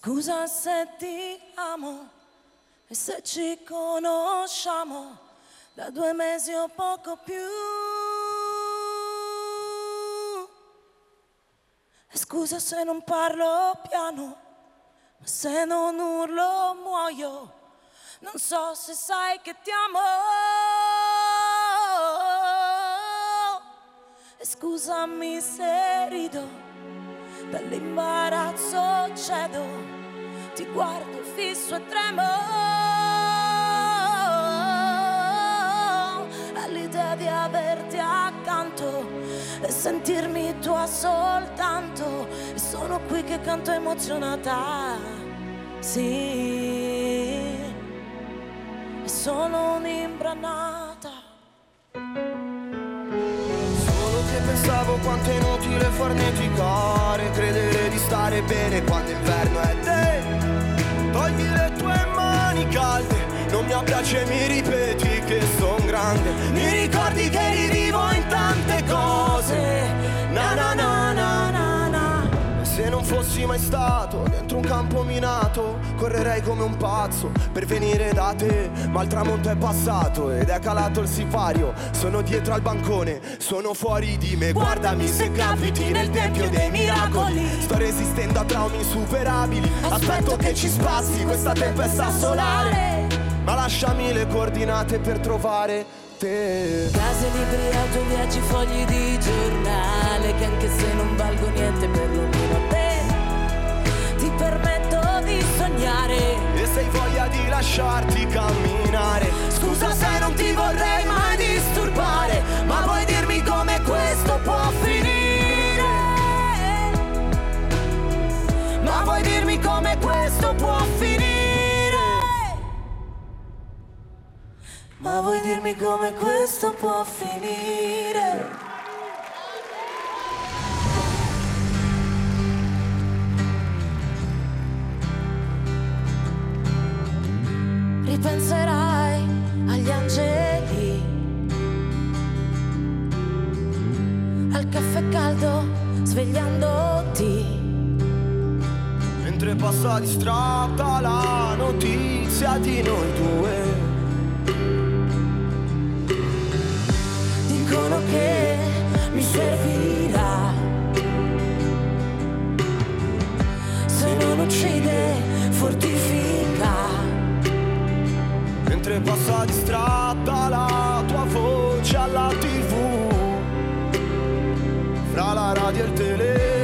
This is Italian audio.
Scusa se ti amo e se ci conosciamo da 2 mesi o poco più. E scusa se non parlo piano, ma se non urlo muoio. Non so se sai che ti amo. E scusami se rido, dall'imbarazzo cedo, ti guardo fisso e tremo all'idea di averti accanto e sentirmi tua soltanto. E sono qui che canto emozionata, sì, e sono un'imbranata. Solo che pensavo quanto è inutile farneticare, credere di stare bene quando inverno è te. Togli le tue mani calde, non mi abbracci e mi ripeti che son grande. Mi ricordi che rivivo in tante cose, na na na na na na. E se non fossi mai stato dentro un campo minato, correrei come un pazzo per venire da te. Ma il tramonto è passato ed è calato il sipario. Sono dietro al bancone, sono fuori di me. Guardami se capiti nel tempio dei miracoli. Sto resistendo a traumi insuperabili. Aspetto che ci spassi questa tempesta solare, ma lasciami le coordinate per trovare te. Case, libri, auto, viaggi, fogli di giornale, che anche se non valgo niente perlomeno a te ti permetto di sognare. E se hai voglia di lasciarti camminare, scusa se non ti vorrei mai disturbare, ma vuoi dirmi come questo può finire? Ma vuoi dirmi come questo può finire? Ma vuoi dirmi come questo può finire? Ripenserai agli angeli, al caffè caldo svegliandoti, mentre passa distratta la notizia di noi due. dicono che mi servirà, se non uccide fortifica. Mentre passa distratta la tua voce alla TV, fra la radio e il telefono.